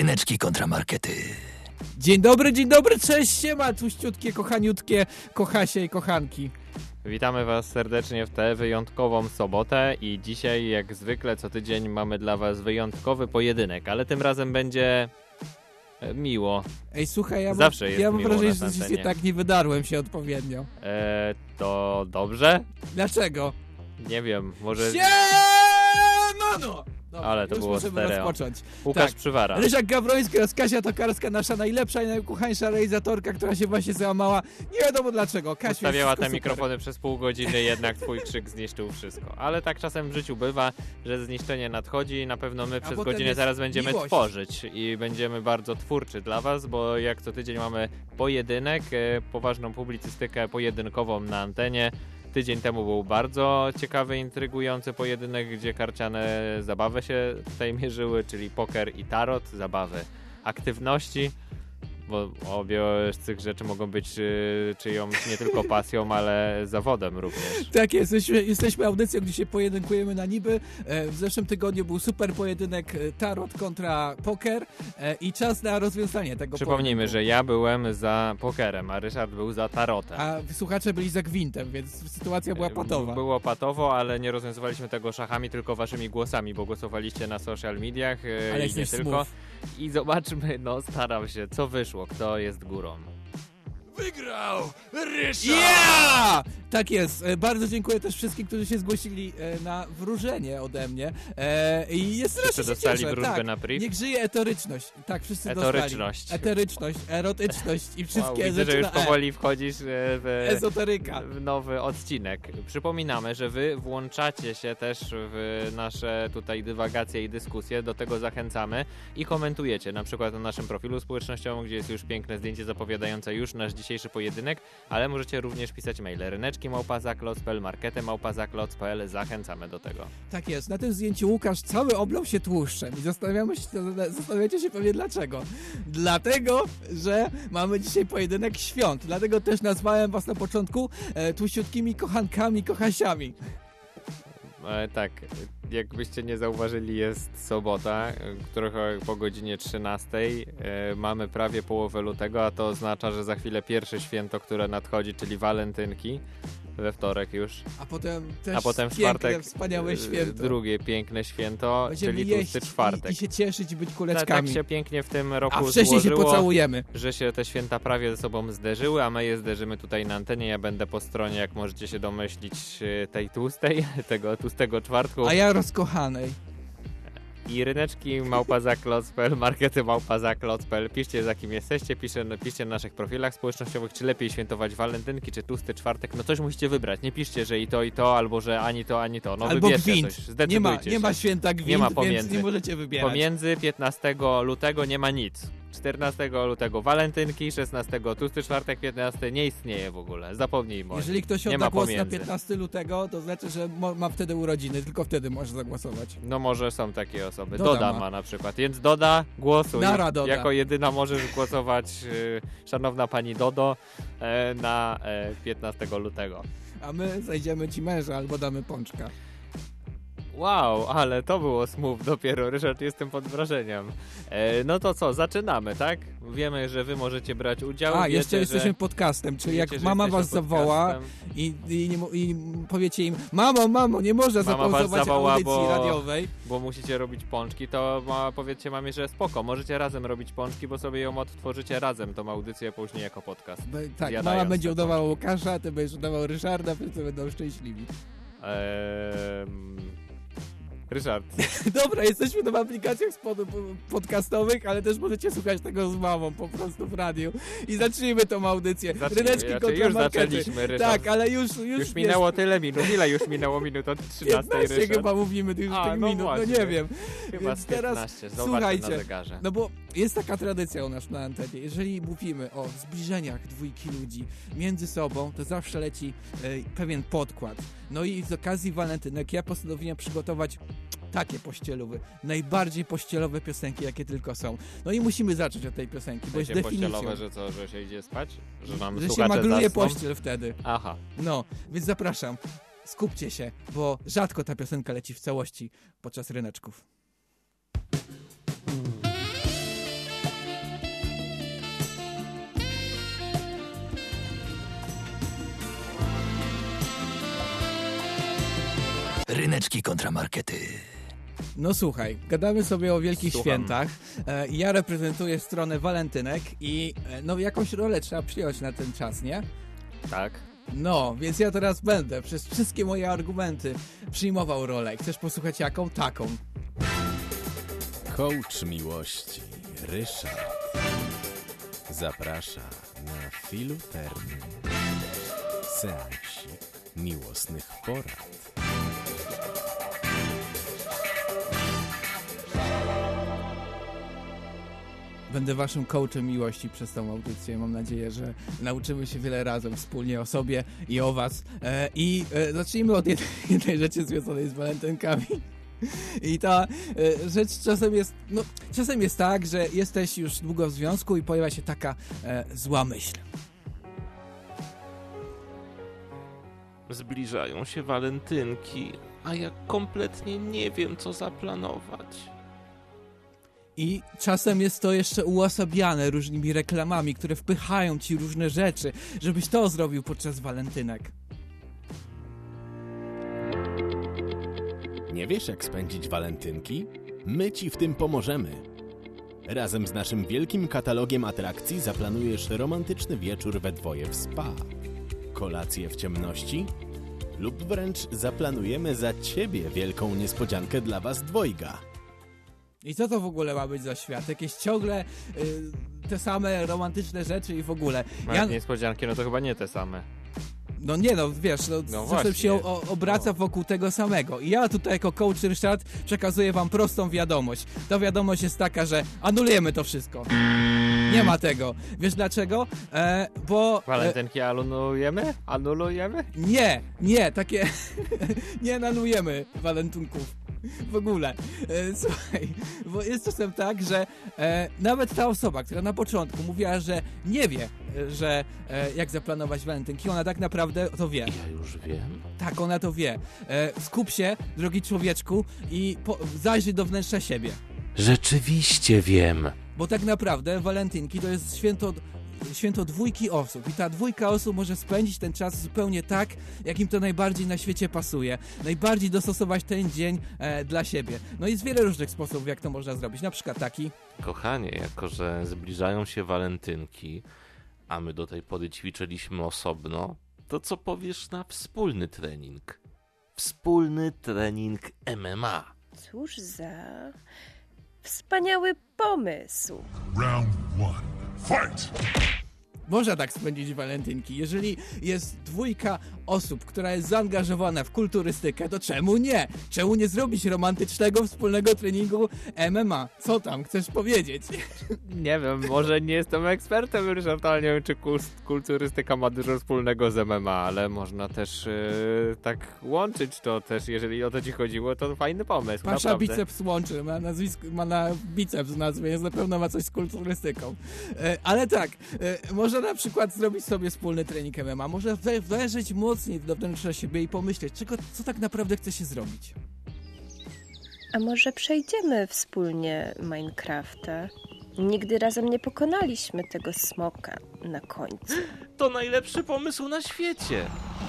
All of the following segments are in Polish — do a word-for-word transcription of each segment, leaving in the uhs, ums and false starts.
Ryneczki kontramarkety. Dzień dobry, dzień dobry, cześć, siema, tłuściutkie, kochaniutkie, kochasie i kochanki. Witamy Was serdecznie w tę wyjątkową sobotę i dzisiaj, jak zwykle, co tydzień mamy dla Was wyjątkowy pojedynek, ale tym razem będzie miło. Ej, słuchaj, ja Zawsze mam, jest ja mam miło wrażenie, na że antenie. się tak nie wydarłem się odpowiednio. Eee, to dobrze? Dlaczego? Nie wiem, może... Siemano! Dobra, Ale to już było możemy stereo. rozpocząć. Łukasz tak. Przywara. Ryszard Gawroński oraz Kasia Tokarska, nasza najlepsza i najukochańsza realizatorka, która się właśnie załamała. Nie wiadomo dlaczego. Kasiu, Ustawiała jest te wszystko mikrofony super. przez pół godziny, jednak twój krzyk zniszczył wszystko. Ale tak czasem w życiu bywa, że zniszczenie nadchodzi i na pewno my przez potem godzinę jest zaraz będziemy miłość. tworzyć i będziemy bardzo twórczy dla Was, bo jak co tydzień mamy pojedynek, e, poważną publicystykę pojedynkową na antenie. Tydzień temu był bardzo ciekawy, intrygujący pojedynek, gdzie karciane zabawy się tutaj mierzyły, czyli poker i tarot, zabawy aktywności, bo obie z tych rzeczy mogą być y, czyjąś nie tylko pasją, ale zawodem również. Tak jest, jesteśmy, jesteśmy audycją, gdzie się pojedynkujemy na niby. E, w zeszłym tygodniu był super pojedynek e, tarot kontra poker e, i czas na rozwiązanie tego Przypomnijmy, pojedynku. że ja byłem za pokerem, a Ryszard był za tarotem. A słuchacze byli za gwintem, więc sytuacja była patowa. Było patowo, ale nie rozwiązywaliśmy tego szachami, tylko waszymi głosami, bo głosowaliście na social mediach e, Ale i nie jesteś tylko. smooth. I zobaczmy, no staram się, co wyszło, kto jest górą. Wygrał Ryszard! Yeah! Tak jest. E, Bardzo dziękuję też wszystkim, którzy się zgłosili e, na wróżenie ode mnie. E, I jest Wszyscy strasznie się dostali cieszę. wróżbę tak. na priv? Niech żyje etoryczność. Tak, wszyscy Etoryczność. dostali. Eteryczność, erotyczność i wszystkie Wow, widzę, rzeczy że już na E. powoli wchodzisz e, w, Ezoteryka. w nowy odcinek. Przypominamy, że wy włączacie się też w nasze tutaj dywagacje i dyskusje, do tego zachęcamy i komentujecie, na przykład na naszym profilu społecznościowym, gdzie jest już piękne zdjęcie zapowiadające już nasz dzisiejszy pojedynek, ale możecie również pisać maile ryneczki małpa zakloc kropka p l, marketę małpa zakloc kropka p l, zachęcamy do tego. Tak jest. Na tym zdjęciu Łukasz cały oblał się tłuszczem i zastanawiamy się, zastanawiacie się pewnie dlaczego. Dlatego, że mamy dzisiaj pojedynek świąt. Dlatego też nazwałem was na początku e, tłuściutkimi kochankami, kochasiami. E, tak, jakbyście nie zauważyli, jest sobota, e, trochę po godzinie trzynastej. E, mamy prawie połowę lutego, a to oznacza, że za chwilę pierwsze święto, które nadchodzi, czyli walentynki, we wtorek już. A potem też A potem w piękne, czwartek wspaniałe e, święto. drugie piękne święto, Będziemy czyli jeść tłusty czwartek. i, i się cieszyć i być Tak, kuleczkami. tak się pięknie w tym roku A wcześniej się złożyło, pocałujemy. że się te święta prawie ze sobą zderzyły, a my je zderzymy tutaj na antenie. Ja będę po stronie, jak możecie się domyślić, e, tej tłustej, tego tłustego czwartku. A ja rozkochanej. I ryneczki małpa zakloc kropka p l, markety małpa zakloc kropka p l. Piszcie, za kim jesteście, piszcie, piszcie na naszych profilach społecznościowych, czy lepiej świętować walentynki, czy tłusty czwartek. No coś musicie wybrać. Nie piszcie, że i to, i to, albo że ani to, ani to. No Albo wybierzcie gwint. coś. Zdecydujcie Nie ma, się. nie ma święta gwint, Nie ma więc pomiędzy. nie możecie wybierać. Pomiędzy piętnastego lutego nie ma nic. czternastego lutego walentynki, szesnastego tłusty czwartek, piętnastego nie istnieje w ogóle. Zapomnijmy. o Jeżeli nim. ktoś nie odda ma głos pomiędzy. na piętnastego lutego, to znaczy, że mo- ma wtedy urodziny. Tylko wtedy może zagłosować. No może są takie osoby. Doda Doda ma. ma na przykład. Więc Doda, głosuj. Nara, Doda. Jako jedyna możesz głosować, y, szanowna pani Dodo, e, na e, piętnastego lutego. A my znajdziemy ci męża albo damy pączka. Wow, ale to było smooth dopiero, Ryszard, jestem pod wrażeniem. E, no to co, zaczynamy, tak? Wiemy, że wy możecie brać udział. A, wiecie, jeszcze jesteśmy że, podcastem, czyli wiecie, jak że mama jesteśmy was zawoła podcastem. i, i, nie, mo- i powiecie im: mamo, mamo, nie można Mama was zapauzować zawoła, audycji bo- radiowej. Bo musicie robić pączki, to ma, powiedzcie mamie, że spoko, możecie razem robić pączki, bo sobie ją odtworzycie razem, tą audycję później jako podcast. Be, tak, Zjadając mama te będzie udawała pączki. Łukasza, ty będziesz udawał Ryszarda, wszyscy będą szczęśliwi. Eee, Ryszard, Dobra, jesteśmy w aplikacjach spod, podcastowych, ale też możecie słuchać tego z mamą po prostu w radiu. I zacznijmy tą audycję. zacznijmy. Ryneczki Znaczy, kontra już markety. zaczęliśmy, Ryszard. Tak, ale już... Już, Już minęło tyle minut. Ile już minęło minut od trzynastej, piętnaście Ryszard? chyba mówimy już A, tych no minut, właśnie. no nie wiem. Chyba Więc z teraz piętnaście. Zobaczę słuchajcie, na zegarze. no bo jest taka tradycja u nas na antenie. Jeżeli mówimy o zbliżeniach dwójki ludzi między sobą, to zawsze leci e, pewien podkład. No i z okazji walentynek ja postanowiłem przygotować takie pościelowe, najbardziej pościelowe piosenki, jakie tylko są. No i musimy zacząć od tej piosenki, bo jest Się definicją. pościelowe, że co, że się idzie spać? Że nam Że się słuchacze magluje zasną? pościel wtedy. Aha. No, więc zapraszam. Skupcie się, bo rzadko ta piosenka leci w całości podczas ryneczków. Ryneczki kontramarkety. No słuchaj, gadamy sobie o wielkich Słucham. świętach. E, ja reprezentuję stronę walentynek i e, no jakąś rolę trzeba przyjąć na ten czas, nie? Tak. No, więc ja teraz będę przez wszystkie moje argumenty przyjmował rolę. Chcesz posłuchać jaką? Taką. Coach miłości Ryszard zaprasza na filuterny seansik miłosnych porad. Będę waszym coachem miłości przez tą audycję. Mam nadzieję, że nauczymy się wiele razem wspólnie o sobie i o was. E, I e, zacznijmy od jednej, jednej rzeczy związanej z walentynkami. I ta e, rzecz czasem jest, no, czasem jest tak, że jesteś już długo w związku i pojawia się taka e, zła myśl. Zbliżają się walentynki, a ja kompletnie nie wiem, co zaplanować. I czasem jest to jeszcze uosabiane różnymi reklamami, które wpychają ci różne rzeczy, żebyś to zrobił podczas walentynek. Nie wiesz, jak spędzić walentynki? My ci w tym pomożemy. Razem z naszym wielkim katalogiem atrakcji zaplanujesz romantyczny wieczór we dwoje w spa, kolację w ciemności lub wręcz zaplanujemy za ciebie wielką niespodziankę dla was dwojga. I co to w ogóle ma być za świat? Jakieś ciągle y, te same romantyczne rzeczy i w ogóle. No, Ja, niespodzianki, no to chyba nie te same. no nie no, wiesz, no, No czasem właśnie. się o, obraca No. wokół tego samego. I ja tutaj jako coach Ryszard przekazuję wam prostą wiadomość. Ta wiadomość jest taka, że anulujemy to wszystko. Nie ma tego. Wiesz dlaczego? E, bo... E, Walentynki anulujemy? Anulujemy? nie, nie, takie... nie anulujemy walentynków. W ogóle. E, słuchaj, bo jest czasem tak, że e, nawet ta osoba, która na początku mówiła, że nie wie, e, że e, jak zaplanować walentynki, ona tak naprawdę to wie. Ja już wiem. Tak, ona to wie. E, skup się, drogi człowieczku, i po, zajrzyj do wnętrza siebie. Rzeczywiście wiem. Bo tak naprawdę walentynki to jest święto, święto dwójki osób i ta dwójka osób może spędzić ten czas zupełnie tak, jak im to najbardziej na świecie pasuje. Najbardziej dostosować ten dzień e, dla siebie. No jest wiele różnych sposobów, jak to można zrobić. Na przykład taki... Kochanie, jako że zbliżają się walentynki, a my do tej pory ćwiczyliśmy osobno, to co powiesz na wspólny trening? Wspólny trening M M A. Cóż za wspaniały pomysł. Round one. Fight! Można tak spędzić walentynki. Jeżeli jest dwójka osób, która jest zaangażowana w kulturystykę, to czemu nie? Czemu nie zrobić romantycznego, wspólnego treningu M M A? Co tam chcesz powiedzieć? Nie wiem, może nie jestem ekspertem, Ryszard, ale nie wiem, czy kul- kulturystyka ma dużo wspólnego z M M A, ale można też yy, tak łączyć to też, jeżeli o to ci chodziło, to fajny pomysł, Pasza naprawdę. biceps łączy, ma, nazwisko, ma na biceps w nazwie, więc na pewno ma coś z kulturystyką. E, ale tak, e, można na przykład zrobić sobie wspólny trening M M A, może we, wejrzeć mocniej do wnętrza siebie i pomyśleć, czego, co tak naprawdę chce się zrobić. A może przejdziemy wspólnie Minecrafta? Nigdy razem nie pokonaliśmy tego smoka na końcu. To najlepszy pomysł na świecie.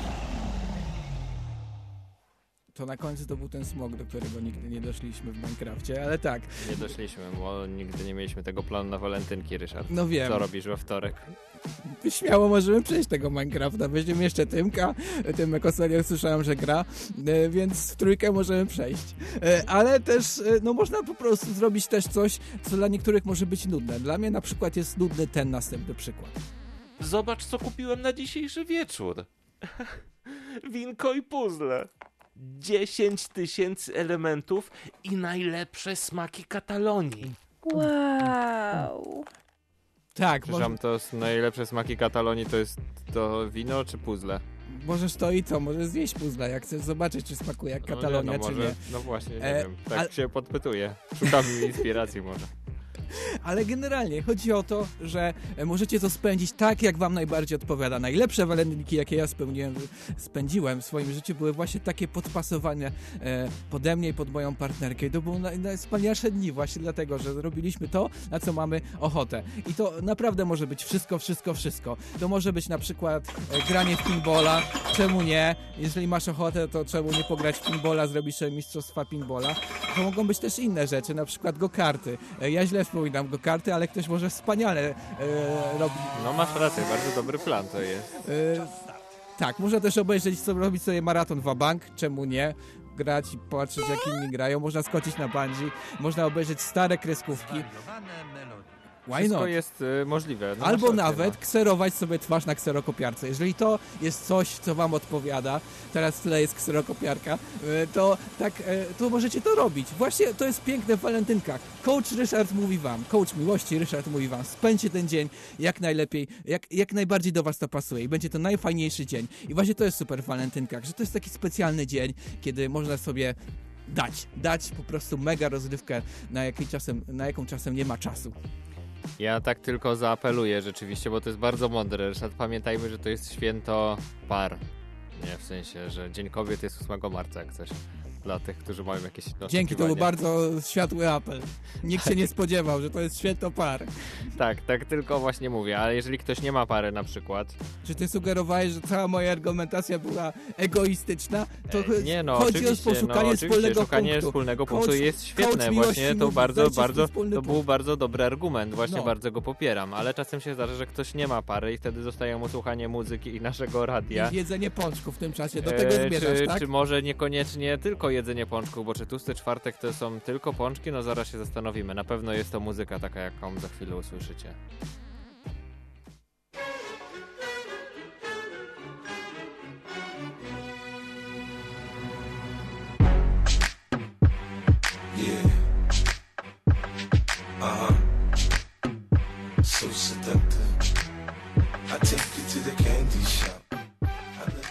To na końcu to był ten smok, do którego nigdy nie doszliśmy w Minecrafcie, ale tak, Nie doszliśmy, bo nigdy nie mieliśmy tego planu na walentynki, Ryszard. no wiem. Co robisz we wtorek? Śmiało możemy przejść tego Minecrafta. Weźmiemy jeszcze Tymka. Tymek ostatnio słyszałem, że gra, e, więc w trójkę możemy przejść. E, ale też, e, no można po prostu zrobić też coś, co dla niektórych może być nudne. Dla mnie na przykład jest nudny ten następny przykład. Zobacz, co kupiłem na dzisiejszy wieczór. Winko i puzzle. dziesięć tysięcy elementów i najlepsze smaki Katalonii. Wow! Tak, może, Przepraszam, to s- najlepsze smaki Katalonii to jest to wino czy puzzle? możesz to i co? Możesz zjeść puzzle, jak chcesz zobaczyć, czy smakuje jak Katalonia, no, nie, no, czy może, nie. No właśnie, nie E, wiem. Tak ale- się podpytuję. Szukam inspiracji może. Ale generalnie chodzi o to, że możecie to spędzić tak, jak wam najbardziej odpowiada. Najlepsze walentynki, jakie ja spełniłem, spędziłem w swoim życiu, były właśnie takie podpasowane e, pode mnie i pod moją partnerkę. I to były naj, najwspanialsze dni właśnie dlatego, że robiliśmy to, na co mamy ochotę. I to naprawdę może być wszystko, wszystko, wszystko. To może być na przykład e, granie w pinballa, czemu nie? Jeżeli masz ochotę, to czemu nie pograć w pinballa, zrobić sobie mistrzostwa pinballa. To mogą być też inne rzeczy, na przykład go-karty. E, ja źle wspominam go-karty, ale ktoś może wspaniale e, robić. No masz rację, bardzo dobry plan to jest. E, tak, można też obejrzeć, sobie, robić sobie maraton wa-bank, czemu nie? Grać i patrzeć, jak inni grają. Można skoczyć na bungee, można obejrzeć stare kreskówki. Why Wszystko not? jest y, możliwe. No Albo masz rację, nawet no. kserować sobie twarz na kserokopiarce. Jeżeli to jest coś, co wam odpowiada, teraz w tle jest kserokopiarka, y, to tak, y, to możecie to robić. Właśnie to jest piękne w walentynkach. Coach Ryszard mówi wam, coach miłości Ryszard mówi wam, spędźcie ten dzień jak najlepiej, jak, jak najbardziej do was to pasuje i będzie to najfajniejszy dzień. I właśnie to jest super w walentynkach, że to jest taki specjalny dzień, kiedy można sobie dać, dać po prostu mega rozrywkę, na, jakiej czasem, na jaką czasem nie ma czasu. Ja tak tylko zaapeluję rzeczywiście, bo to jest bardzo mądre. Ryszard, pamiętajmy, że to jest święto par. Nie, w sensie, że Dzień Kobiet jest ósmego marca, jak coś. Dla tych, którzy mają jakieś oczekiwania. Dzięki, to był bardzo światły apel. Nikt się nie spodziewał, że to jest święto par. Tak, tak tylko właśnie mówię, ale jeżeli ktoś nie ma pary na przykład... Czy ty sugerowałeś, że cała moja argumentacja była egoistyczna? To E, nie, no chodzi o oczywiście, poszukanie no, oczywiście, wspólnego szukanie punktu. wspólnego Coach- punktu jest świetne, coach właśnie miłości to mówi, bardzo, znajdźcie bardzo, wspólny to punkt. był bardzo dobry argument, właśnie No. bardzo go popieram, ale czasem się zdarza, że ktoś nie ma pary i wtedy zostaje mu słuchanie muzyki i naszego radia. I jedzenie pączków w tym czasie. Do tego E, zmierzasz, czy, tak? czy może niekoniecznie tylko jedzenie pączków, bo czy tłusty czwartek to są tylko pączki? No zaraz się zastanowimy. Na pewno jest to muzyka taka, jaką za chwilę usłyszycie. Yeah. Uh-huh. So seductive. I take you to the candy shop. I let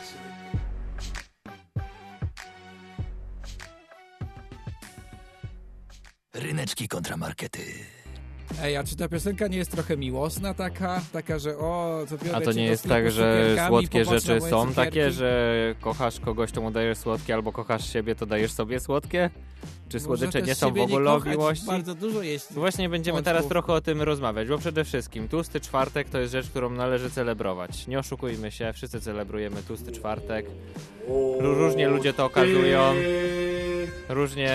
you... Ryneczki kontramarkety. Ej, a czy ta piosenka nie jest trochę miłosna taka? Taka, że o, to biorę A to cię nie do jest sklepu tak, z że cukierkami, słodkie popatrz na rzeczy moje są cukierki? takie, że kochasz kogoś, to mu dajesz słodkie, albo kochasz siebie, to dajesz sobie słodkie? Czy słodycze Można nie też są w siebie ogóle o kochać, miłości? Bardzo dużo jeść. Właśnie będziemy pączków. teraz trochę o tym rozmawiać, bo przede wszystkim tłusty czwartek to jest rzecz, którą należy celebrować. Nie oszukujmy się, wszyscy celebrujemy tłusty czwartek. Ró- Różnie ludzie to okazują. Różnie...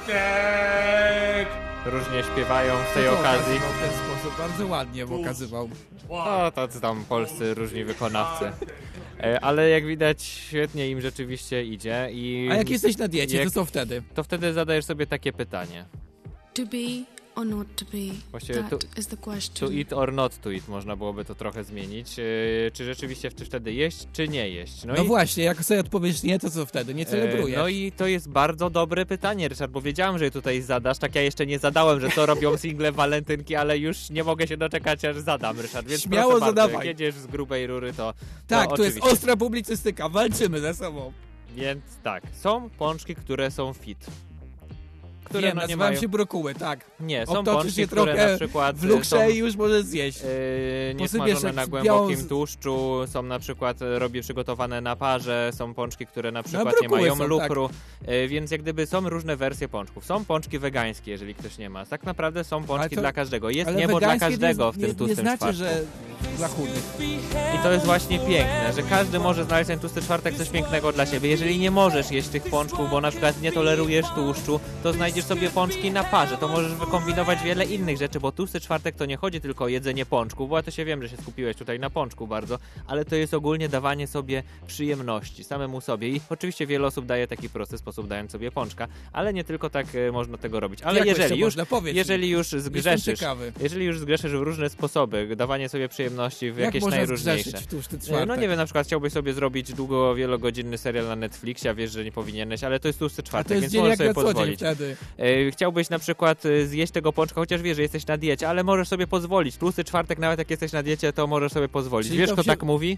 Czwartek! Różnie śpiewają w tej To okazji. okazywał w ten sposób, bardzo ładnie okazywał. No, tacy tam polscy różni wykonawcy. E, Ale jak widać, świetnie im rzeczywiście idzie i... A jak jesteś na diecie, jak- to co wtedy? To wtedy zadajesz sobie takie pytanie. To be or not to be? Właściwie That to- is the To question. eat or not to eat, można byłoby to trochę zmienić. E, Czy rzeczywiście czy wtedy jeść, czy nie jeść? No, i, właśnie, jak sobie odpowiesz nie, to co wtedy? Nie celebrujesz. E, No i to jest bardzo dobre pytanie, Ryszard, bo wiedziałem, że je tutaj zadasz. Tak ja jeszcze nie zadałem, że co robią single walentynki, ale już nie mogę się doczekać, aż zadam, Ryszard. Więc Śmiało proszę bardzo, zadawaj. jak jedziesz z grubej rury, to, to tak, to oczywiście. jest ostra publicystyka, walczymy ze sobą. Więc tak, są pączki, które są fit. Które Wiem, no nie nazywałem mają... się brokuły, tak. Nie, są Obtoczysz pączki, je które trochę na przykład W luksze są... i już możesz zjeść. Yy, nie Posypiesz smażone jak na z głębokim białą z- tłuszczu, są na przykład e, robię przygotowane na parze, są pączki, które na przykład nie brokuły mają są, lukru, e, więc jak gdyby są różne wersje pączków. Są pączki wegańskie, jeżeli ktoś nie ma. Tak naprawdę są pączki to- dla każdego. Jest Ale niebo dla wegańskie każdego nie, w tym nie, nie tłustym znaczy, czwartku. że dla chudych. I to jest właśnie piękne, że każdy może znaleźć ten tłusty czwartek coś pięknego dla siebie. Jeżeli nie możesz jeść tych pączków, bo na przykład nie tolerujesz tłuszczu, to znajdziesz sobie pączki na parze. To możesz wykombinować wiele innych rzeczy, bo tłusty czwartek to nie chodzi tylko o jedzenie pączków, bo ja to się wiem, że się skupiłeś tutaj na pączku bardzo, ale to jest ogólnie dawanie sobie przyjemności samemu sobie. I oczywiście wiele osób daje taki prosty sposób, dając sobie pączka, ale nie tylko tak e, można tego robić. Ale Jak jeżeli jeszcze już, można? Powiedz mi. jeżeli już Jestem zgrzeszysz, ciekawy. jeżeli już zgrzeszysz w różne sposoby, dawanie sobie przyjemności w Jak jakieś można najróżniejsze. zgrzeszyć w tłusty E, czwartek? No nie wiem, na przykład chciałbyś sobie zrobić długo, wielogodzinny serial na Netflixie, a wiesz, że nie powinieneś, ale to jest tłusty A czwartek, to jest więc dzień możesz jak sobie na co dzień pozwolić. wtedy. E, Chciałbyś na przykład e, zjeść tego pączka, chociaż wiesz, że jesteś na diecie, ale możesz sobie pozwolić. Tłusty czwartek, nawet jak jesteś na diecie, to możesz sobie pozwolić. Czyli Wiesz, to kto się- tak mówi?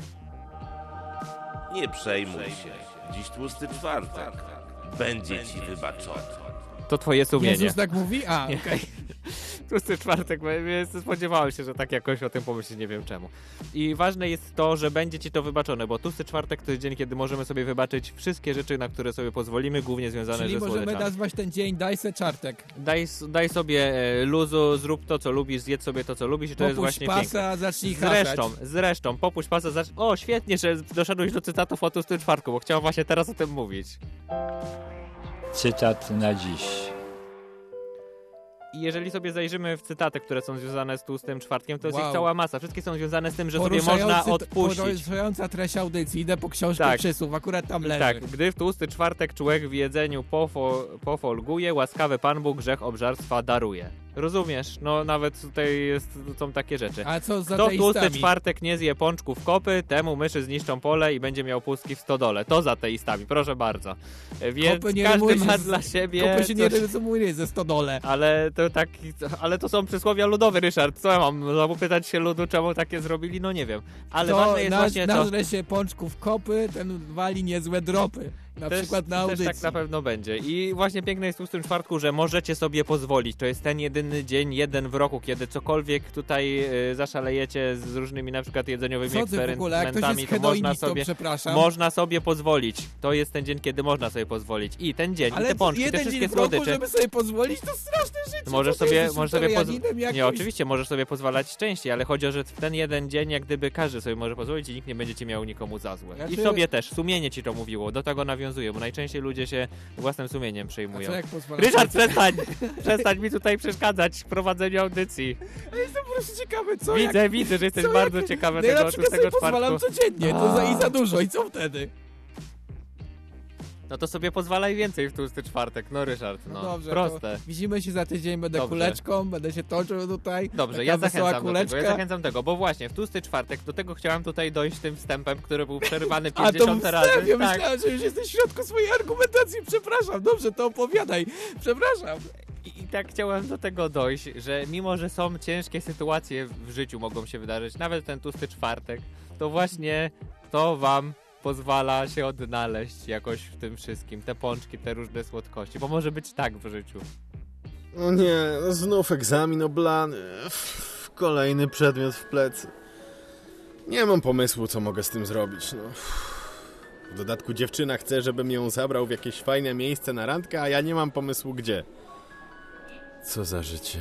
Nie przejmuj się. Dziś tłusty czwartek. Będzie ci wybaczony. To twoje sumienie. Jezus tak mówi? A, okej. Tłusty czwartek, więc spodziewałem się, że tak jakoś o tym pomyśleć, nie wiem czemu. I ważne jest to, że będzie ci to wybaczone, bo tłusty czwartek to jest dzień, kiedy możemy sobie wybaczyć wszystkie rzeczy, na które sobie pozwolimy, głównie związane Czyli ze możemy słodyczami. nazwać ten dzień Daj se czartek. Daj, daj sobie e, luzu, zrób to, co lubisz, zjedz sobie to, co lubisz i to Popuść jest właśnie pasa, piękne. zacznij hasać. Zresztą, zresztą, popuść pasa, zacz... O, świetnie, że doszedłeś do cytatów o tłustym czwartku, bo chciałem właśnie teraz o tym mówić. Cytat na dziś. I jeżeli sobie zajrzymy w cytaty, które są związane z tłustym czwartkiem, to jest Wow. ich cała masa. Wszystkie są związane z tym, że sobie Poruszający- można odpuścić. Poruszająca treść audycji. Idę po książkę Tak. przysłów, akurat tam leży. Tak, gdy w tłusty czwartek człowiek w jedzeniu pofo, pofolguje, łaskawy Pan Bóg grzech obżarstwa daruje. Rozumiesz? No nawet tutaj jest, są takie rzeczy. A co z Kto w tłusty ateistami? czwartek nie zje pączków kopy, temu myszy zniszczą pole i będzie miał pustki w stodole. To z ateistami, proszę bardzo. Więc Kopy nie każdy rymuje ma się z- dla siebie Kopy się nie coś... rysumuje ze stodole. Ale to tak, ale to są przysłowia ludowe, Ryszard. Co ja mam zapytać się ludu, czemu takie zrobili? No nie wiem. Ale To ważne jest na, właśnie to. nażre się pączków kopy, ten wali niezłe dropy. Na Też, przykład na też audycji. tak na pewno będzie. I właśnie piękne jest w tłustym czwartku, że możecie sobie pozwolić. To jest ten jedyny dzień, jeden w roku, kiedy cokolwiek tutaj y, zaszalejecie z różnymi na przykład jedzeniowymi Co ty w ogóle, jak ktoś eksperymentami, jest to można hedonistą, sobie, przepraszam. można sobie pozwolić. To jest ten dzień, kiedy można sobie pozwolić. I ten dzień, Ale i te pączki, te jeden wszystkie dzień w roku, słodycze. żeby sobie pozwolić, to straszne życie. Możesz Co ty sobie, jesteś możesz sobie poz... wegetarianinem Nie, jakimś? oczywiście możesz sobie pozwalać częściej, ale chodzi o, że w ten jeden dzień jak gdyby każdy sobie może pozwolić i nikt nie będzie ci miał nikomu za złe. Ja I czy- sobie też, sumienie ci to mówiło, do tego nawiązuję, bo najczęściej ludzie się własnym sumieniem A przejmują. co jak pozwalasz? Ryszard, przestań! Przestań mi tutaj przeszkadzać w prowadzeniu audycji. Ja jestem po prostu ciekawy, co Widzę, jak... widzę, że jesteś co bardzo jak... ciekawy No ja na tego przykład tłustego sobie pozwalam czwartku. codziennie, to za, i za dużo, i co wtedy? No to sobie pozwalaj więcej w tłusty czwartek, no Ryszard, no. No dobrze, Proste. to widzimy się za tydzień, będę Dobrze. kuleczką, będę się toczył tutaj. Dobrze, taka ja wesoła zachęcam do kuleczka. tego, ja zachęcam tego, bo właśnie w tłusty czwartek, do tego chciałem tutaj dojść tym wstępem, który był przerywany A to pięćdziesiąt razy. wstęp, ja Tak. myślałem, że już jesteś w środku swojej argumentacji, przepraszam, dobrze, to opowiadaj, przepraszam. I, I tak chciałem do tego dojść, że mimo, że są ciężkie sytuacje w życiu mogą się wydarzyć, nawet ten tłusty czwartek, to właśnie to wam pozwala się odnaleźć jakoś w tym wszystkim. Te pączki, te różne słodkości, bo może być tak w życiu. O nie, znów egzamin oblany. Uff, kolejny przedmiot w plecy. Nie mam pomysłu, co mogę z tym zrobić. No. W dodatku dziewczyna chce, żebym ją zabrał w jakieś fajne miejsce na randkę, a ja nie mam pomysłu gdzie. Co za życie.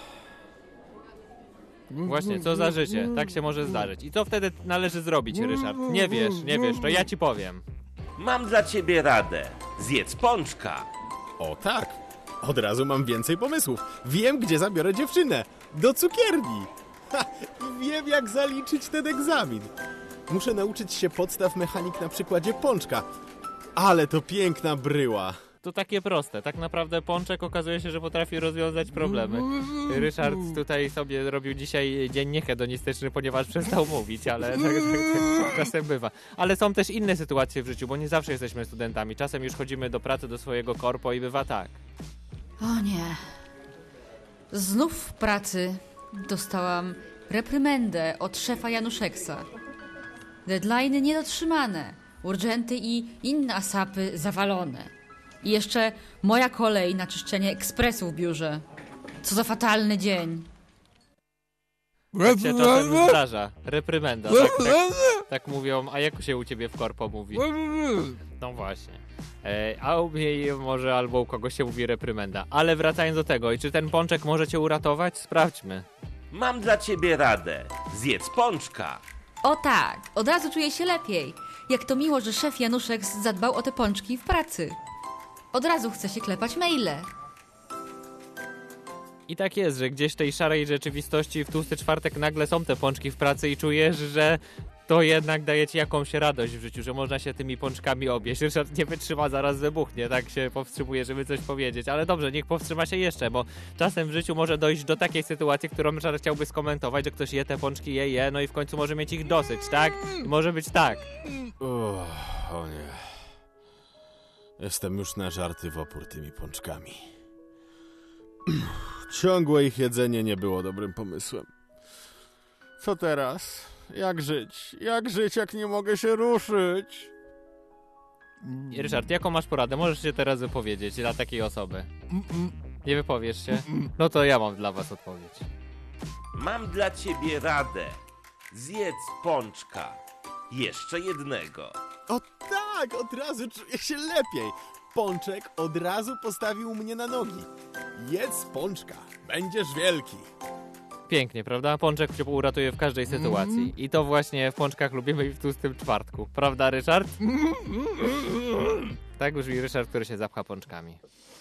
Właśnie, co za życie. Tak się może zdarzyć. I co wtedy należy zrobić, Ryszard? Nie wiesz, nie wiesz, to ja ci powiem. Mam dla ciebie radę. Zjedz pączka. O tak, od razu mam więcej pomysłów. Wiem, gdzie zabiorę dziewczynę. Do cukierni. Ha, i wiem, jak zaliczyć ten egzamin. Muszę nauczyć się podstaw mechanik na przykładzie pączka. Ale to piękna bryła. To takie proste. Tak naprawdę pączek okazuje się, że potrafi rozwiązać problemy. Ryszard tutaj sobie robił dzisiaj dzień niehedonistyczny, ponieważ przestał mówić, ale tak, tak, tak czasem bywa. Ale są też inne sytuacje w życiu, bo nie zawsze jesteśmy studentami. Czasem już chodzimy do pracy, do swojego korpo i bywa tak. O nie. Znów w pracy dostałam reprymendę od szefa Januszeksa. Deadline'y niedotrzymane, urgenty i inne asapy zawalone. I jeszcze moja kolej na czyszczenie ekspresu w biurze. Co za fatalny dzień. Tak się czasem zdarza. Reprymenda. Tak, tak, tak mówią. A jak się u ciebie w korpo mówi? No właśnie. E, a u mnie może albo u kogoś się mówi reprymenda. Ale wracając do tego, i czy ten pączek może cię uratować? Sprawdźmy. Mam dla ciebie radę. Zjedz pączka. O tak, od razu czuję się lepiej. Jak to miło, że szef Januszek zadbał o te pączki w pracy. Od razu chce się klepać maile. I tak jest, że gdzieś w tej szarej rzeczywistości w tłusty czwartek nagle są te pączki w pracy i czujesz, że to jednak daje ci jakąś radość w życiu, że można się tymi pączkami objeść. Ryszard nie wytrzyma, zaraz wybuchnie, tak się powstrzymuje, żeby coś powiedzieć. Ale dobrze, niech powstrzyma się jeszcze, bo czasem w życiu może dojść do takiej sytuacji, którą Ryszard chciałby skomentować, że ktoś je te pączki, je je, no i w końcu może mieć ich dosyć, tak? I może być tak. Uff, o nie. Jestem już na żarty w opór tymi pączkami. Ciągłe ich jedzenie nie było dobrym pomysłem. Co teraz? Jak żyć? Jak żyć, jak nie mogę się ruszyć? I Ryszard, jaką masz poradę? Możesz się teraz wypowiedzieć dla takiej osoby. Nie wypowiesz się? No to ja mam dla was odpowiedź. Mam dla ciebie radę. Zjedz pączka. Jeszcze jednego. O tak, od razu czuję się lepiej. Pączek od razu postawił mnie na nogi. Jedz pączka, będziesz wielki. Pięknie, prawda? Pączek cię uratuje w każdej sytuacji. Mm. I to właśnie w pączkach lubimy i w tłustym czwartku. Prawda, Ryszard? Tak brzmi Ryszard, który się zapcha pączkami.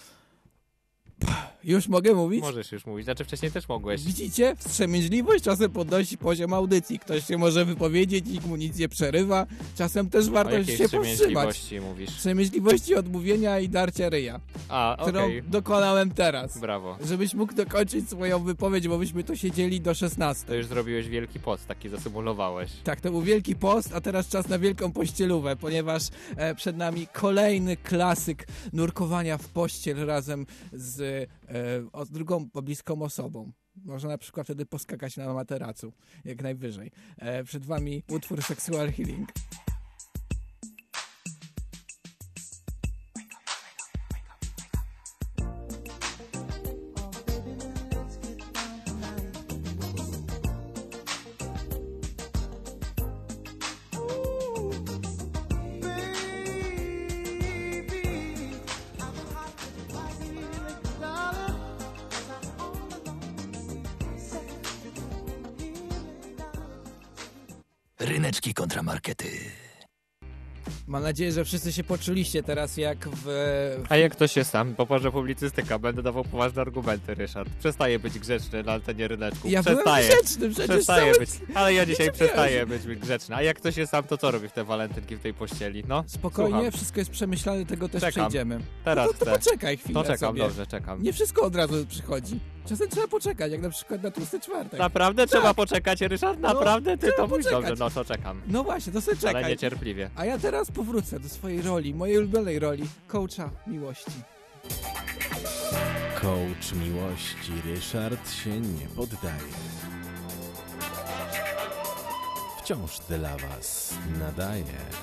Już mogę mówić? Możesz już mówić, znaczy wcześniej też mogłeś. Widzicie? Wstrzemięźliwość czasem podnosi poziom audycji. Ktoś się może wypowiedzieć, nikt mu nic nie przerywa. Czasem też O warto jakiej się powstrzymać. wstrzemięźliwości mówisz? Wstrzemięźliwości odmówienia i darcia ryja, A, którą okej. dokonałem teraz. Brawo. Żebyś mógł dokończyć swoją wypowiedź, bo byśmy to siedzieli do szesnastej. To już zrobiłeś wielki post, taki zasymulowałeś. Tak, to był wielki post, a teraz czas na wielką pościelówę, ponieważ e, przed nami kolejny klasyk nurkowania w pościel razem z e, o, drugą bliską osobą. Można na przykład wtedy poskakać na materacu, jak najwyżej. E, przed wami utwór Sexual Healing. Ryneczki kontra markety. Mam nadzieję, że wszyscy się poczuliście teraz jak w... A jak ktoś jest sam, poparzę publicystyka, będę dawał poważne argumenty, Ryszard. Przestaję być grzeczny na antenie Ryneczku. Ja Przestaję. byłem grzeczny, przecież Przestaję cały... być. Ale ja dzisiaj Nie przestaję być grzeczny. A jak ktoś jest sam, to co robi w te walentynki w tej pościeli? No, Spokojnie, słucham. wszystko jest przemyślane, tego też Czekam. przejdziemy. Teraz no to, to chcę. poczekaj chwilę No czekam, sobie. dobrze, czekam. Nie wszystko od razu przychodzi. Czasem trzeba poczekać, jak na przykład na tłusty czwartek. Naprawdę trzeba poczekać, Ryszard? Naprawdę? Ty trzeba to mówisz? poczekać. Dobrze, no to czekam. No właśnie, to sobie czekaj. Ale niecierpliwie. A ja teraz powrócę do swojej roli, mojej ulubionej roli, coacha miłości. Coach miłości Ryszard się nie poddaje. Wciąż dla was nadaje.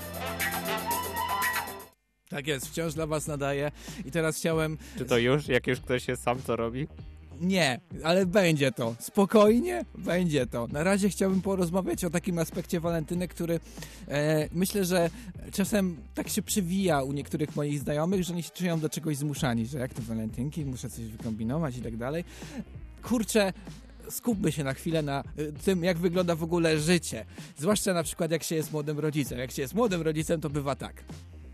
Tak jest, wciąż dla was nadaję i teraz chciałem... Czy to już? Jak już ktoś jest sam, co robi? Nie, ale będzie to. Spokojnie, będzie to. Na razie chciałbym porozmawiać o takim aspekcie walentynek, który e, myślę, że czasem tak się przewija u niektórych moich znajomych, że oni się czują do czegoś zmuszani, że jak to walentynki, muszę coś wykombinować i tak dalej. Kurczę, skupmy się na chwilę na y, tym, jak wygląda w ogóle życie. Zwłaszcza na przykład jak się jest młodym rodzicem. Jak się jest młodym rodzicem, to bywa tak.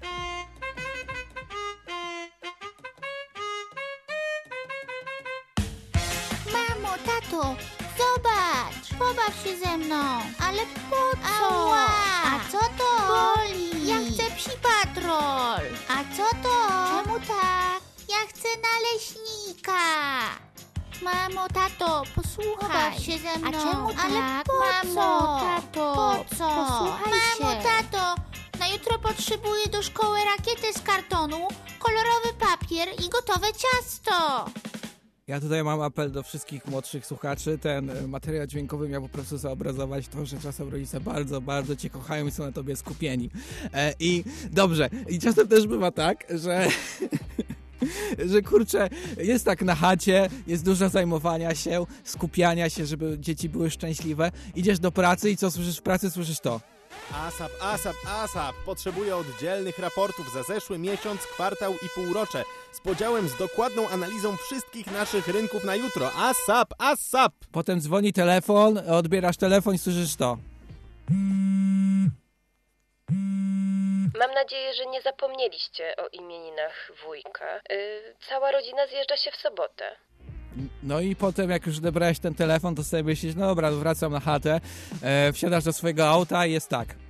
Mamo, tato, zobacz! Pobaw się ze mną! Ale po co? Ała! A co to? Boli! Ja chcę psi patrol! A co to? Czemu tak? Ja chcę naleśnika! Mamo, tato, posłuchaj! Pobaw się ze mną! A czemu tak? Ale po Mamo, co? Tato, po co? Posłuchaj Mamo, się! Tato, na jutro potrzebuję do szkoły rakietę z kartonu, kolorowy papier i gotowe ciasto! Ja tutaj mam apel do wszystkich młodszych słuchaczy. Ten e, materiał dźwiękowy miał po prostu zaobrazować to, że czasem rodzice bardzo, bardzo cię kochają i są na tobie skupieni. E, I dobrze, i czasem też bywa tak, że... że kurczę, jest tak na chacie, jest dużo zajmowania się, skupiania się, żeby dzieci były szczęśliwe. Idziesz do pracy i co słyszysz w pracy? Słyszysz to. ASAP, ASAP, ASAP! Potrzebuję oddzielnych raportów za zeszły miesiąc, kwartał i półrocze z podziałem z dokładną analizą wszystkich naszych rynków na jutro. ASAP, ASAP! Potem dzwoni telefon, odbierasz telefon i słyszysz to. Mam nadzieję, że nie zapomnieliście o imieninach wujka. Yy, cała rodzina zjeżdża się w sobotę. No i potem, jak już odebrałeś ten telefon, to sobie myślisz, no dobra, wracam na chatę, e, wsiadasz do swojego auta i jest tak.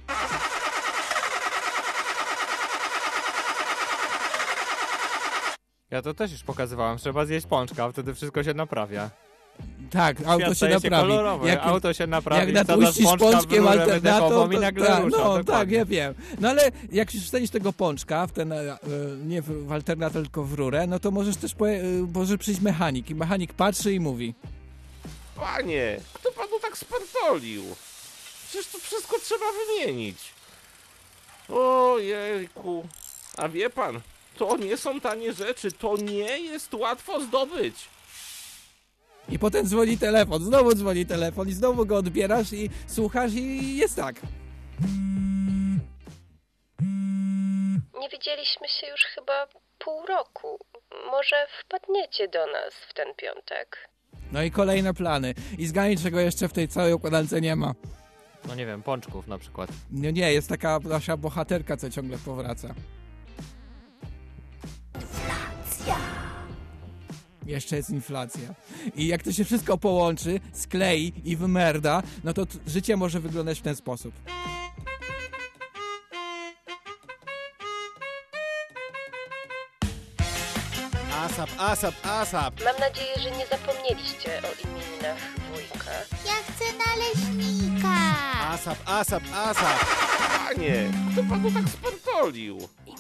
Ja to też już pokazywałem, trzeba zjeść pączka, a wtedy wszystko się naprawia. Tak, auto Świat się staje naprawi. kolorowe, jak, auto się naprawi, jak wsadzasz napuścisz pączka w pączkiem rurę alternatą, wydechową to, i nagle tak, rusza, no dokładnie. tak, ja wiem. No ale jak już wsadzisz tego pączka, w ten, e, nie w, w alternatę, tylko w rurę, no to możesz też, poje, e, może przyjść mechanik i mechanik patrzy i mówi: Panie, kto panu tak spartolił? Przecież to wszystko trzeba wymienić. Ojejku. A wie pan, To nie są tanie rzeczy, to nie jest łatwo zdobyć. I potem dzwoni telefon, znowu dzwoni telefon i znowu go odbierasz i słuchasz i jest tak. Nie widzieliśmy się już chyba pół roku. Może wpadniecie do nas w ten piątek? No i kolejne plany. I zgadnij, czego jeszcze w tej całej układance nie ma. No nie wiem, pączków na przykład. Nie, nie, jest taka nasza bohaterka, co ciągle powraca. Inflacja. Jeszcze jest inflacja. I jak to się wszystko połączy, sklei i wymerda, no to t- życie może wyglądać w ten sposób. Asap, asap, asap. Mam nadzieję, że nie zapomnieliście o imieninach wujka. Ja chcę naleśnika. Asap, asap, asap. Panie, kto panu tak spartolił?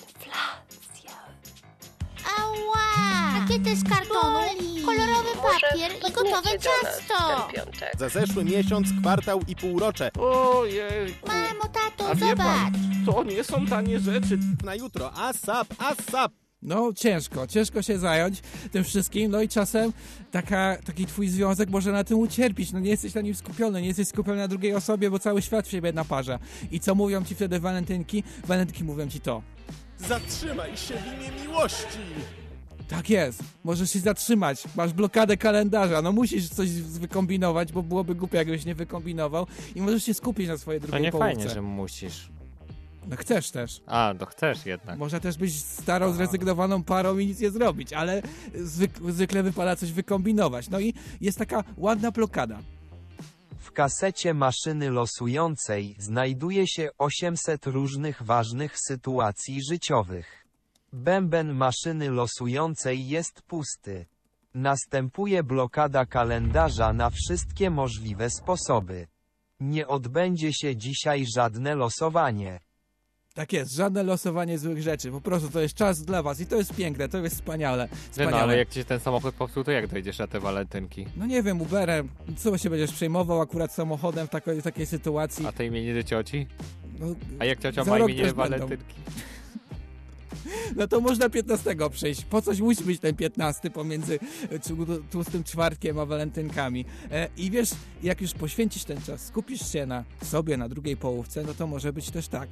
Ała. Pakiety z kartonu, Boli. kolorowy Może papier i gotowe wpadniecie do nas w ciasto. ten piątek? Za zeszły miesiąc, kwartał i półrocze. Ojejku. Mamo, tato, A wie pan, zobacz. to nie są tanie rzeczy. Na jutro, asap, asap. No ciężko, ciężko się zająć tym wszystkim, no i czasem taka, taki twój związek może na tym ucierpieć, no nie jesteś na nim skupiony, nie jesteś skupiony na drugiej osobie, bo cały świat w siebie naparza. I co mówią ci wtedy walentynki? Walentynki mówią ci to. Zatrzymaj się w imię miłości. Tak jest, możesz się zatrzymać, masz blokadę kalendarza, no musisz coś wykombinować, bo byłoby głupio, jakbyś nie wykombinował i możesz się skupić na swojej To drugiej nie połówce. fajnie, że musisz. No chcesz też. A, to chcesz jednak. Można też być starą, zrezygnowaną parą i nic nie zrobić, ale zwyk- zwykle wypada coś wykombinować. No i jest taka ładna blokada. W kasecie maszyny losującej znajduje się osiemset różnych ważnych sytuacji życiowych. Bęben maszyny losującej jest pusty. Następuje blokada kalendarza na wszystkie możliwe sposoby. Nie odbędzie się dzisiaj żadne losowanie. Tak jest, żadne losowanie złych rzeczy, po prostu to jest czas dla was i to jest piękne, to jest wspaniale. Nie, wspaniale. no ale jak ci się ten samochód popsuł, to jak dojdziesz na te walentynki? No nie wiem, Uberem, co się będziesz przejmował akurat samochodem w takiej, takiej sytuacji? A te imieniny cioci? No, A jak ciocia za ma rok imieniny też będą. walentynki? No to można piętnastego przejść. Po coś musi być ten piętnasty pomiędzy tłu- tłustym czwartkiem a walentynkami. E, I wiesz, jak już poświęcisz ten czas, skupisz się na sobie, na drugiej połówce, no to może być też tak.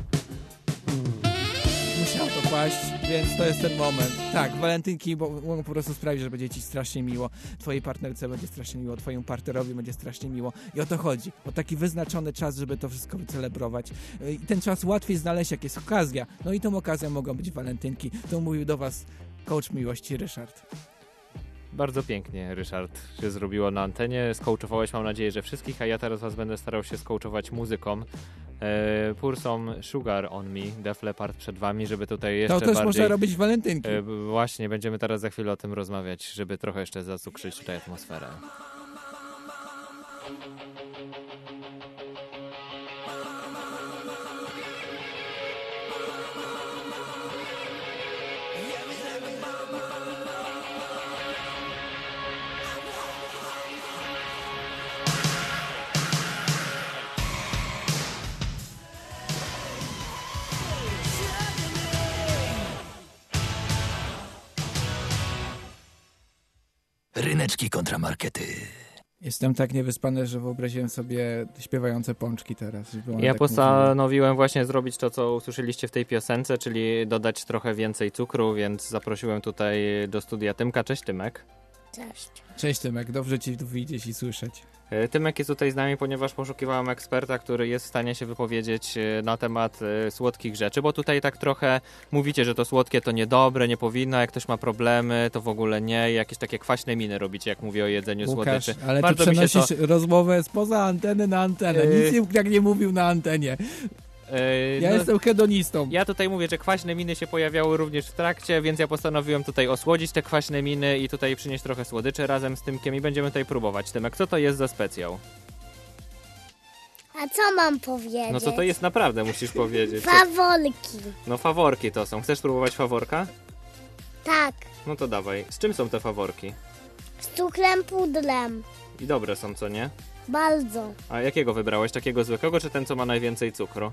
Musiało to paść, więc to jest ten moment. Tak, walentynki bo mogą po prostu sprawić, że będzie ci strasznie miło. Twojej partnerce będzie strasznie miło, twojemu partnerowi będzie strasznie miło. I o to chodzi. O taki wyznaczony czas, żeby to wszystko wycelebrować. I ten czas łatwiej znaleźć, jak jest okazja. No i tą okazją mogą być walentynki. To mówił do was coach miłości Ryszard. Bardzo pięknie, Ryszard, się zrobiło na antenie. Skołczowałeś, mam nadzieję, że wszystkich, a ja teraz was będę starał się skołczować muzyką. E, Pursom Sugar on Me, Def Leppard przed wami, żeby tutaj jeszcze To też bardziej... można robić walentynki. E, właśnie, będziemy teraz za chwilę o tym rozmawiać, żeby trochę jeszcze zacukrzyć tutaj atmosferę. Ryneczki kontramarkety. Jestem tak niewyspany, że wyobraziłem sobie śpiewające pączki teraz. Żeby one Ja tak postanowiłem właśnie zrobić to, co usłyszeliście w tej piosence, czyli dodać trochę więcej cukru, więc zaprosiłem tutaj do studia Tymka. Cześć, Tymek. Cześć. mówiły. Cześć Tymek, dobrze ci tu widzieć i słyszeć. Tymek jest tutaj z nami, ponieważ poszukiwałem eksperta, który jest w stanie się wypowiedzieć na temat y, słodkich rzeczy, bo tutaj tak trochę mówicie, że to słodkie to niedobre, nie powinno, jak ktoś ma problemy, to w ogóle nie, jakieś takie kwaśne miny robicie, jak mówię o jedzeniu Łukasz, słodyczy. ale Bardzo ty mi się przenosisz to... rozmowę spoza anteny na antenę, Yy... nic jak nie mówił na antenie. Yy, ja no, jestem hedonistą. Ja tutaj mówię, że kwaśne miny się pojawiały również w trakcie, więc ja postanowiłem tutaj osłodzić te kwaśne miny i tutaj przynieść trochę słodyczy razem z Tymkiem i będziemy tutaj próbować. Tymek, co to jest za specjał? A co mam powiedzieć? No co to jest naprawdę, musisz powiedzieć. Faworki. No faworki to są. Chcesz próbować faworka? Tak. No to dawaj. Z czym są te faworki? Z cukrem pudrem. I dobre są, co nie? Bardzo. A jakiego wybrałeś? Takiego zwykłego, czy ten, co ma najwięcej cukru?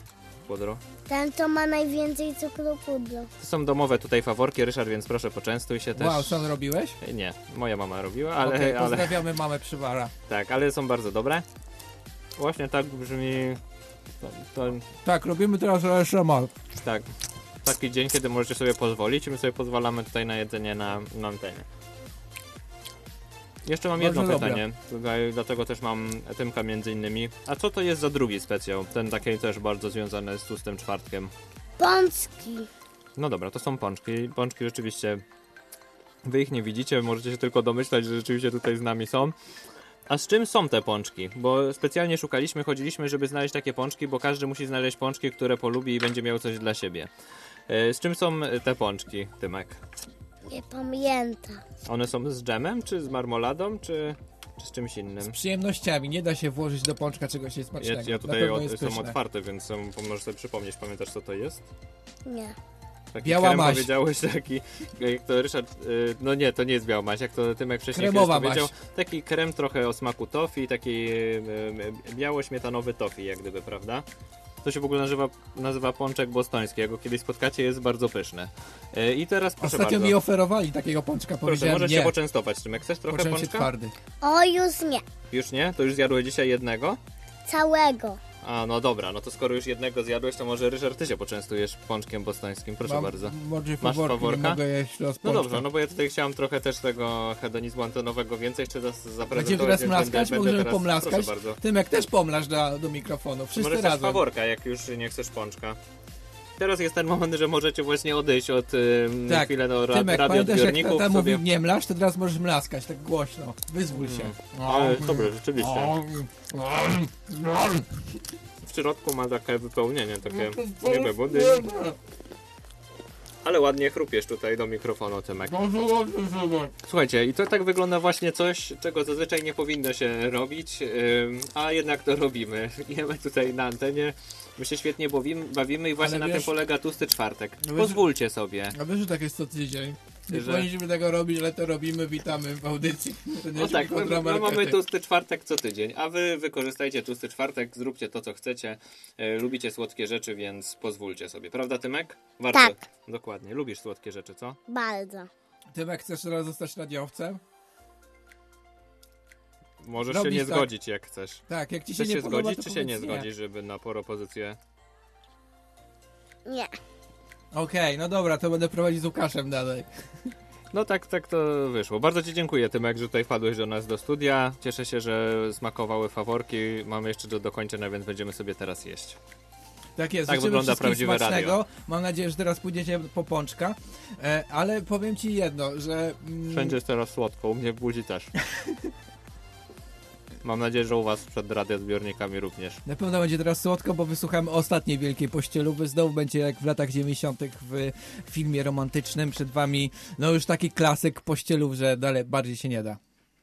pudru? Ten, co ma najwięcej cukru pudru. To są domowe tutaj faworki, Ryszard, więc proszę poczęstuj się też. Wow, sam robiłeś? Nie, moja mama robiła, ale... Okay, ale... pozdrawiamy mamę Przywara. Tak, ale są bardzo dobre. Właśnie tak brzmi... To, to... Tak, robimy teraz A S M R. Tak. Taki dzień, kiedy możecie sobie pozwolić i my sobie pozwalamy tutaj na jedzenie na, na antenie. Jeszcze mam jedno Bardzo pytanie, tutaj, dlatego też mam Tymka między innymi. A co to jest za drugi specjał? Ten taki też bardzo związany z tłustym czwartkiem. Pączki. No dobra, to są pączki. Pączki rzeczywiście, wy ich nie widzicie, możecie się tylko domyślać, że rzeczywiście tutaj z nami są. A z czym są te pączki? Bo specjalnie szukaliśmy, chodziliśmy, żeby znaleźć takie pączki, bo każdy musi znaleźć pączki, które polubi i będzie miał coś dla siebie. Z czym są te pączki, Tymek? Nie pamiętam. One są z dżemem, czy z marmoladą, czy, czy z czymś innym? Z przyjemnościami, nie da się włożyć do pączka czegoś niesmacznego. Ja, ja tutaj od, są otwarte, więc są, możesz sobie przypomnieć, pamiętasz co to jest? Nie. Taki biała krem maś. Powiedziałeś taki, jak to Ryszard, yy, no nie, to nie jest biała maś, jak to Tymek wcześniej Kremowa powiedział. maś. Taki krem trochę o smaku tofi, taki yy, yy, biało-śmietanowy tofi, jak gdyby, prawda? To się w ogóle nazywa, nazywa pączek bostoński, jak go kiedyś spotkacie, jest bardzo pyszny. Yy, I teraz proszę Ostatnio bardzo. mi oferowali takiego pączka, Proszę, powiedziałem możesz nie. się poczęstować, Tymek. Chcesz trochę Poczułem się pączka? twardy. O, już nie. Już nie? To już zjadłeś dzisiaj jednego? Całego. A, no dobra, no to skoro już jednego zjadłeś, to może Ryszard, ty się poczęstujesz pączkiem bostońskim, proszę Mam, bardzo. Może Masz faworki, faworka? nie mogę jeść los No pączka. dobrze, no bo ja tutaj chciałem trochę też tego hedonizmu antenowego więcej jeszcze zas- zaprezentować. Będziemy teraz więc mlaskać? będę, będę Możemy teraz... pomlaskać? Proszę bardzo. Tymek też pomlasz do, do mikrofonu, wszyscy Może chcesz razem. faworka, jak już nie chcesz pączka. Teraz jest ten moment, że możecie właśnie odejść od y, Tak, chwilę do ra- Tymek, pamiętasz jak radioodbiorników tata sobie... mówił nie mlasz, to teraz możesz mlaskać, tak głośno. Wyzwól się. Mm. Ale dobra, rzeczywiście. W środku ma takie wypełnienie, takie niebe wody. Ale ładnie chrupiesz tutaj do mikrofonu, Tymek. Słuchajcie, i to tak wygląda właśnie coś, czego zazwyczaj nie powinno się robić, ym, a jednak to robimy. Jemy tutaj na antenie, my się świetnie bawimy, bawimy i właśnie Ale na wiesz- tym polega tłusty czwartek. No wiesz- Pozwólcie sobie. A wiesz, że tak jest co tydzień? Nie Że- powinniśmy tego robić, ale to robimy, witamy w audycji. To nie No tak, my, kontra my mamy marketing. tłusty czwartek co tydzień, a wy wykorzystajcie tłusty czwartek, zróbcie to, co chcecie. E, lubicie słodkie rzeczy, więc pozwólcie sobie. Prawda, Tymek? Warto. Tak. Dokładnie. Lubisz słodkie rzeczy, co? Bardzo. Tymek, chcesz teraz zostać radiowcem? Możesz Robisz się nie tak. zgodzić, jak chcesz. Tak, jak ci się Chcesz nie się podoba, zgodzić, to czy się nie powiedz nie. zgodzisz, żeby na propozycję? Nie. Okej, no dobra, to będę prowadzić z Łukaszem dalej. No tak, tak to wyszło. Bardzo ci dziękuję, Tymek, że tutaj wpadłeś do nas do studia. Cieszę się, że smakowały faworki. Mamy jeszcze do dokończenia, więc będziemy sobie teraz jeść. Tak jest, Tak życzymy wygląda wszystkim prawdziwe smacznego. radio. Mam nadzieję, że teraz pójdziecie po pączka. E, ale powiem ci jedno, że... Mm, Wszędzie jest teraz słodko, u mnie w buzi też. Mam nadzieję, że u was przed radioodbiornikami również. Na pewno będzie teraz słodko, bo wysłuchamy ostatniej Wielkiej Pościelówy. Znowu będzie jak w latach dziewięćdziesiątych w filmie romantycznym. Przed wami no już taki klasyk pościelów, że dalej bardziej się nie da.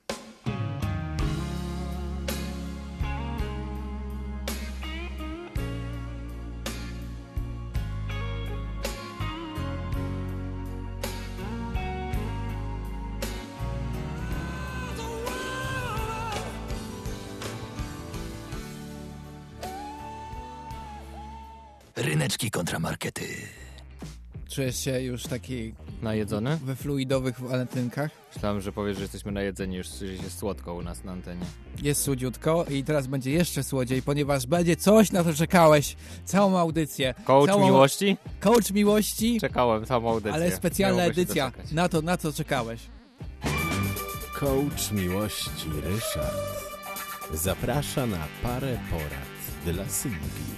Ryneczki kontramarkety. Czujesz się już taki Najedzony? we fluidowych walentynkach? Myślałem, że powiesz, że jesteśmy najedzeni, już jest słodko u nas na antenie. Jest słodziutko i teraz będzie jeszcze słodziej, ponieważ będzie coś, na co czekałeś całą audycję. Coach całą... miłości? Coach miłości, Czekałem całą audycję. ale specjalna Nie mogę się edycja doczekać. na to, na co czekałeś. Coach miłości Ryszard zaprasza na parę porad dla singli.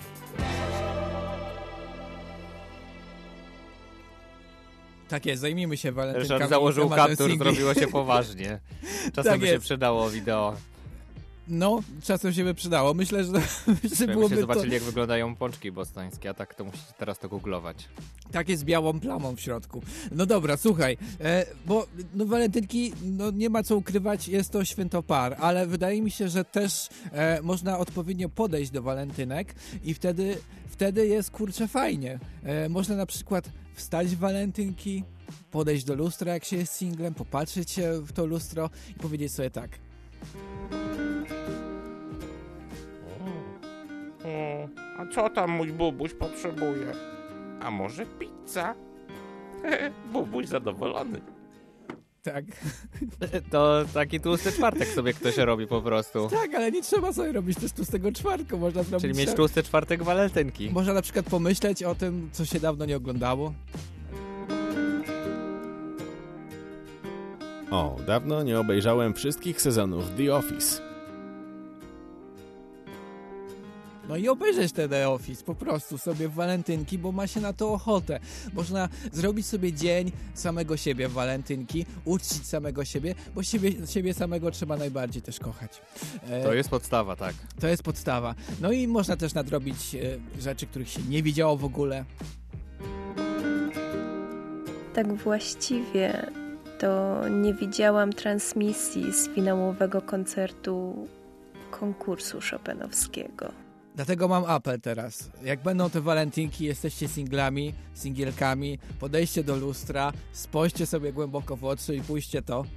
Tak jest, zajmijmy się walentynkami. Ryszard założył tematem kaptur, singli. zrobiło się poważnie. Czasem Tak by się jest. przydało wideo. No, czasem się by przydało. Myślę, że, że Żebyście byłoby to... zobaczyli, jak wyglądają pączki bostońskie, a tak to musicie teraz to googlować. Tak jest, białą plamą w środku. No dobra, słuchaj, e, bo no, walentynki, no nie ma co ukrywać, jest to święto par, ale wydaje mi się, że też e, można odpowiednio podejść do walentynek i wtedy, wtedy jest, kurczę, fajnie. E, można na przykład wstać w walentynki, podejść do lustra, jak się jest singlem, popatrzeć się w to lustro i powiedzieć sobie tak. O, a A co tam mój Bubuś potrzebuje? A może pizza? Bubuś zadowolony. Tak. To taki tłusty czwartek sobie ktoś robi po prostu. Tak, ale nie trzeba sobie robić też tłustego czwartku. Można zrobić. Czyli mieć tłusty czwartek walentynki. Można na przykład pomyśleć o tym, co się dawno nie oglądało. O, dawno nie obejrzałem wszystkich sezonów The Office. No i obejrzeć te The Office po prostu sobie w walentynki, bo ma się na to ochotę. Można zrobić sobie dzień samego siebie w walentynki, uczcić samego siebie, bo siebie, siebie samego trzeba najbardziej też kochać. E, To jest podstawa, tak. To jest podstawa. No i można też nadrobić e, rzeczy, których się nie widziało w ogóle. Tak właściwie to nie widziałam transmisji z finałowego koncertu konkursu chopinowskiego. Dlatego mam apel teraz. Jak będą te walentynki, jesteście singlami, singielkami, podejdźcie do lustra, spojrzcie sobie głęboko w oczy i pójście to.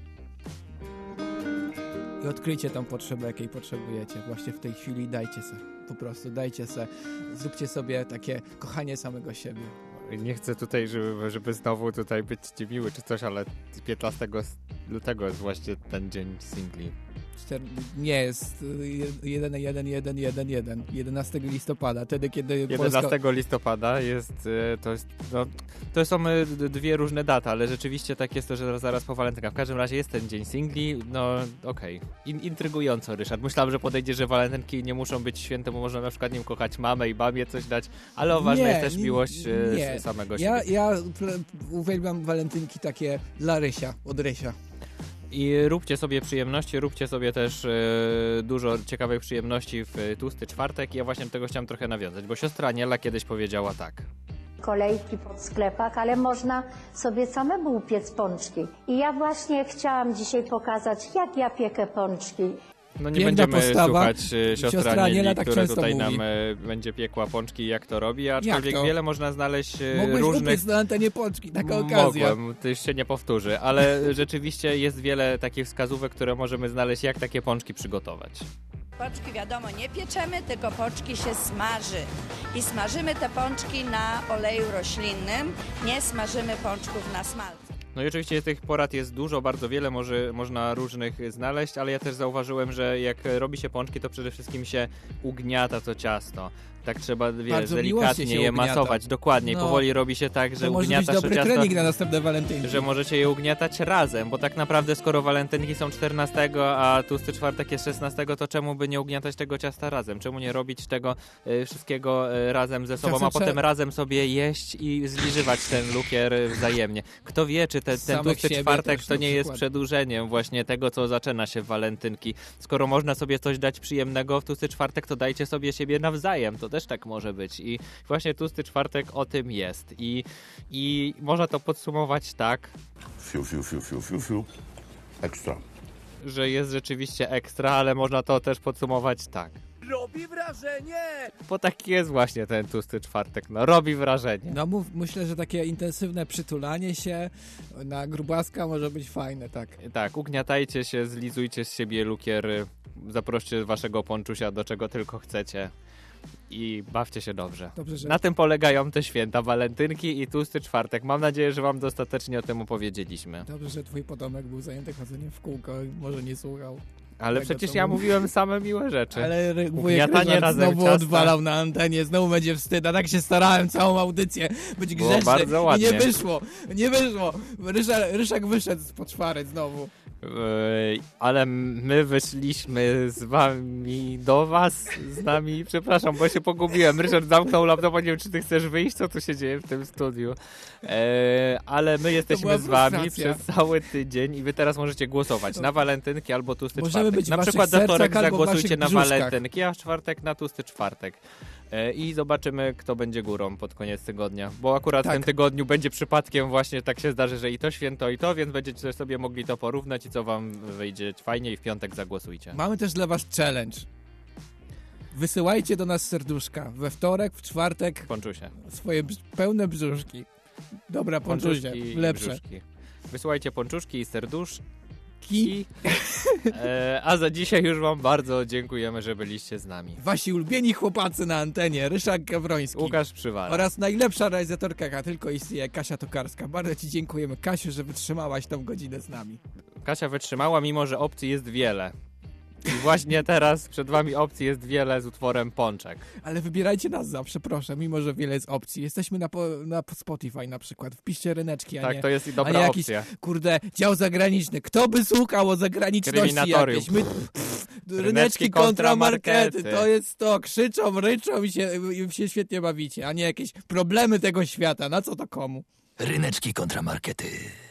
I odkryjcie tą potrzebę, jakiej potrzebujecie. Właśnie w tej chwili dajcie se. Po prostu dajcie se. Zróbcie sobie takie kochanie samego siebie. Nie chcę tutaj, żeby, żeby znowu tutaj być niemiły czy coś, ale piętnastego lutego jest właśnie ten dzień singli. Nie, jest jeden jeden jeden jeden jeden. jedenastego listopada, wtedy kiedy jedenastego Polska... listopada jest, to jest, no, to są dwie różne daty, ale rzeczywiście tak jest to, że zaraz po walentynkach. W każdym razie jest ten dzień singli, no okej. Okay. In, intrygująco, Ryszard. Myślałem, że podejdzie, że walentynki nie muszą być święte, bo można na przykład nim kochać mamę i babie coś dać, ale ważna nie, jest też nie, miłość nie. samego ja, siebie. Ja uwielbiam walentynki takie dla Rysia, od Rysia. I róbcie sobie przyjemności, róbcie sobie też e, dużo ciekawych przyjemności w tłusty czwartek. Ja właśnie do tego chciałem trochę nawiązać, bo siostra Aniela kiedyś powiedziała tak. Kolejki po sklepach, ale można sobie samemu upiec pączki. I ja właśnie chciałam dzisiaj pokazać, jak ja piekę pączki. No nie Piękna będziemy postawa. słuchać e, siostry Siostra Anieli, Aniela tak która często tutaj mówi. nam e, będzie piekła pączki, jak to robi, aczkolwiek to? wiele można znaleźć e, Mogłeś różnych... upiec na antenie pączki, taka okazja. Mogłem, to już się nie powtórzy, ale rzeczywiście jest wiele takich wskazówek, które możemy znaleźć, jak takie pączki przygotować. Pączki wiadomo nie pieczemy, tylko pączki się smaży. I smażymy te pączki na oleju roślinnym, nie smażymy pączków na smalcu. No i oczywiście tych porad jest dużo, bardzo wiele może, można różnych znaleźć, ale ja też zauważyłem, że jak robi się pączki, to przede wszystkim się ugniata to ciasto. Tak trzeba, wiesz, delikatnie je ugniata. masować. Dokładnie. No. powoli robi się tak, że to może być ugniatasz dobry to ciasto, trening na następne walentynki. że możecie je ugniatać razem, bo tak naprawdę skoro walentynki są czternastego, a tłusty czwartek jest szesnastego, to czemu by nie ugniatać tego ciasta razem? Czemu nie robić tego y, wszystkiego y, razem ze sobą, Czasem a potem trze- razem sobie jeść i zliżywać ten lukier wzajemnie? Kto wie, czy te, ten Samych tłusty siebie czwartek też, to na nie jest przykład. przedłużeniem właśnie tego, co zaczyna się w walentynki. Skoro można sobie coś dać przyjemnego w tłusty czwartek, to dajcie sobie siebie nawzajem. To też tak może być. I właśnie tłusty czwartek o tym jest. I, i można to podsumować tak, Fiu, fiu, fiu, fiu, fiu, fiu. Ekstra. że jest rzeczywiście ekstra, ale można to też podsumować tak. Robi wrażenie! Bo taki jest właśnie ten tłusty czwartek. No robi wrażenie. No mów, myślę, że takie intensywne przytulanie się na grubaska może być fajne, tak. Tak, ugniatajcie się, zlizujcie z siebie lukier, zaproście waszego ponczusia do czego tylko chcecie. I bawcie się dobrze. Dobrze, że... Na tym polegają te święta, walentynki i tłusty czwartek. Mam nadzieję, że wam dostatecznie o tym opowiedzieliśmy. Dobrze, że twój potomek był zajęty chodzeniem w kółko i może nie słuchał. Ale tego, przecież co ja mówi. mówiłem same miłe rzeczy. Ale wujek Ugniatanie Ryszard razem znowu ciasta. odwalał na antenie, znowu będzie wstyd, a tak się starałem całą audycję być Było grzeczny bardzo i ładnie. nie wyszło, nie wyszło. Ryszard, Ryszak wyszedł z poczwary znowu. Ej, ale my wyszliśmy z wami do was, z nami, przepraszam, bo się pogubiłem. Ryszard zamknął laptop, nie wiem, czy ty chcesz wyjść, co tu się dzieje w tym studiu. E, ale my jesteśmy była z wami frustracja. przez cały tydzień i wy teraz możecie głosować na walentynki albo tłusty Możemy czwartek. być w Na waszych przykład we wtorek sercach albo w zagłosujcie waszych na brzuszkach. walentynki, a w czwartek na tłusty czwartek. E, I zobaczymy, kto będzie górą pod koniec tygodnia. Bo akurat Tak. w tym tygodniu będzie przypadkiem właśnie tak się zdarzy, że i to święto, i to, więc będziecie sobie mogli to porównać i co wam wyjdzie fajnie i w piątek zagłosujcie. Mamy też dla was challenge. Wysyłajcie do nas serduszka. We wtorek, w czwartek Ponczusie. swoje brz- pełne brzuszki. Dobra, ponczusie, Ponczuszki i lepsze. brzuszki. Wysyłajcie ponczuszki i serdusz Ki. E, a za dzisiaj już wam bardzo dziękujemy, że byliście z nami. Wasi ulubieni chłopacy na antenie, Ryszard Gawroński. Łukasz Przywara. Oraz najlepsza realizatorka, jaka tylko istnieje, Kasia Tokarska. Bardzo ci dziękujemy, Kasiu, że wytrzymałaś tą godzinę z nami. Kasia wytrzymała, mimo że opcji jest wiele. I właśnie teraz przed wami opcji jest wiele z utworem Pączek. Ale wybierajcie nas zawsze, proszę, mimo że wiele jest opcji. Jesteśmy na, po, na Spotify na przykład. Wpiszcie Ryneczki, a tak, nie... Tak, to jest i a dobra nie jakiś, opcja. Kurde, dział zagraniczny. Kto by słuchał o zagraniczności jakieś? My, pff, ryneczki, ryneczki kontra markety. To jest to. Krzyczą, ryczą i się, i się świetnie bawicie, a nie jakieś problemy tego świata. Na co to komu? Ryneczki kontra markety.